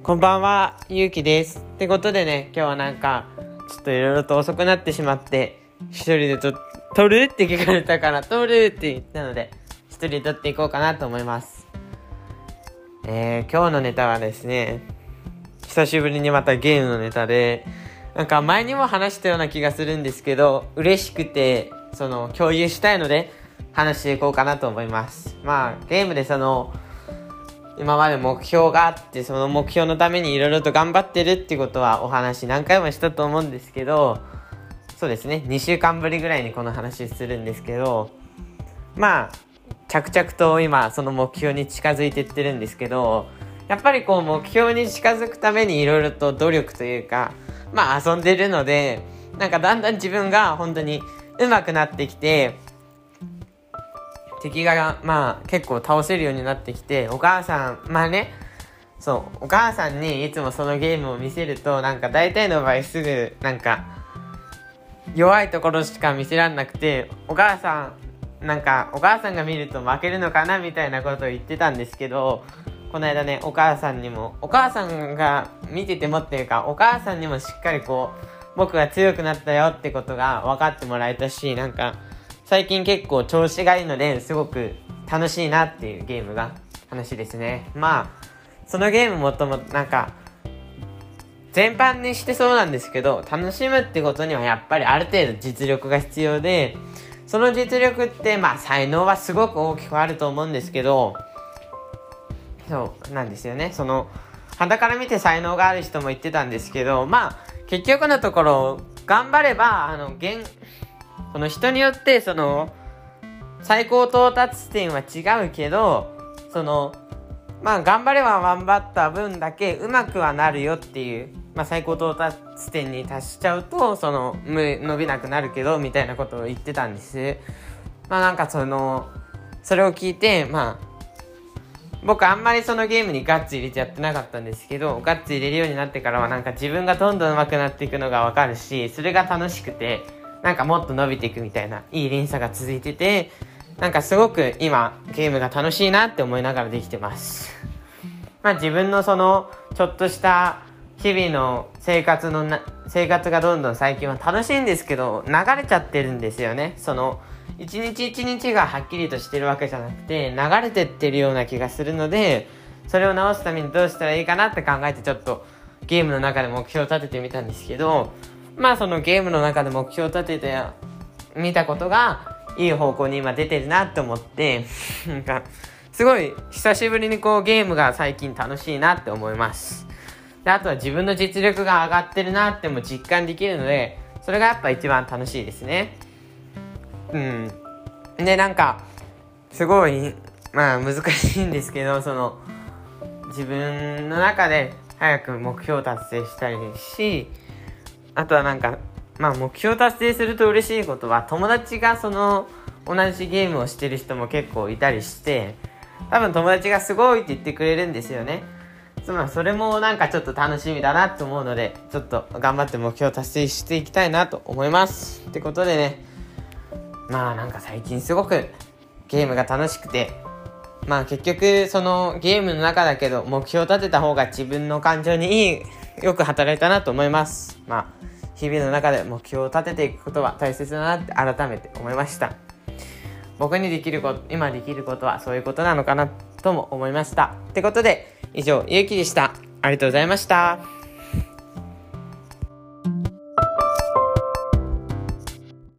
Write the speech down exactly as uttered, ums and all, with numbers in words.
こんばんは、ゆうきです。ってことでね、今日はなんか、ちょっといろいろと遅くなってしまって、一人でと、撮るって聞かれたから、撮るって言ったので、一人で撮っていこうかなと思います。えー、今日のネタはですね、久しぶりにまたゲームのネタで、なんか前にも話したような気がするんですけど、嬉しくて、その、共有したいので、話していこうかなと思います。まあ、ゲームでその、今まで目標があって、その目標のためにいろいろと頑張ってるってことはお話何回もしたと思うんですけど、そうですね、にしゅうかんぶりぐらいにこの話するんですけど、まあ着々と今その目標に近づいていってるんですけど、やっぱりこう目標に近づくためにいろいろと努力というか、まあ遊んでるので、なんかだんだん自分が本当に上手くなってきて、敵がまあ結構倒せるようになってきて、お母さんまあねそうお母さんにいつもそのゲームを見せると、なんか大体の場合すぐなんか弱いところしか見せらんなくて、お母さんなんかお母さんが見ると負けるのかなみたいなことを言ってたんですけど、この間ねお母さんにもお母さんが見ててもっていうか、お母さんにもしっかりこう僕が強くなったよってことが分かってもらえたし、なんか最近結構調子がいいのですごく楽しいなっていうゲームが話ですね。まあそのゲームもともとなんか全般にしてそうなんですけど、楽しむってことにはやっぱりある程度実力が必要で、その実力ってまあ才能はすごく大きくあると思うんですけど、そうなんですよね。その傍から見て才能がある人も言ってたんですけど、まあ結局のところ頑張ればあの現この人によってその最高到達点は違うけど、そのまあ頑張れば頑張った分だけ上手くはなるよっていう、まあ最高到達点に達しちゃうとその伸びなくなるけどみたいなことを言ってたんです。まあなんかそのそれを聞いて、まあ僕あんまりそのゲームにガッツ入れてやってなかったんですけど、ガッツ入れるようになってからはなんか自分がどんどん上手くなっていくのがわかるし、それが楽しくて、なんかもっと伸びていくみたいないい連鎖が続いてて、なんかすごく今ゲームが楽しいなって思いながらできてます。まあ自分のそのちょっとした日々の生活のな生活がどんどん最近は楽しいんですけど、流れちゃってるんですよね。その一日一日がはっきりとしてるわけじゃなくて、流れてってるような気がするので、それを直すためにどうしたらいいかなって考えて、ちょっとゲームの中で目標を立ててみたんですけど、まあそのゲームの中で目標を立ててみたことがいい方向に今出てるなって思って、なんかすごい久しぶりにこうゲームが最近楽しいなって思います。で、あとは自分の実力が上がってるなっても実感できるので、それがやっぱ一番楽しいですね。うんで、なんかすごいまあ難しいんですけど、その自分の中で早く目標を達成したいですし、あとはなんかまあ目標達成すると嬉しいことは、友達がその同じゲームをしてる人も結構いたりして、多分友達がすごいって言ってくれるんですよね。つまりそれもなんかちょっと楽しみだなと思うので、ちょっと頑張って目標達成していきたいなと思います。ってことでね、まあなんか最近すごくゲームが楽しくて、まあ結局そのゲームの中だけど目標を立てた方が自分の感情にいいよく働いたなと思います。まあ日々の中で目標を立てていくことは大切だなって改めて思いました。僕にできること、今できることはそういうことなのかなとも思いました。ってことで以上、ゆうきでした。ありがとうございました。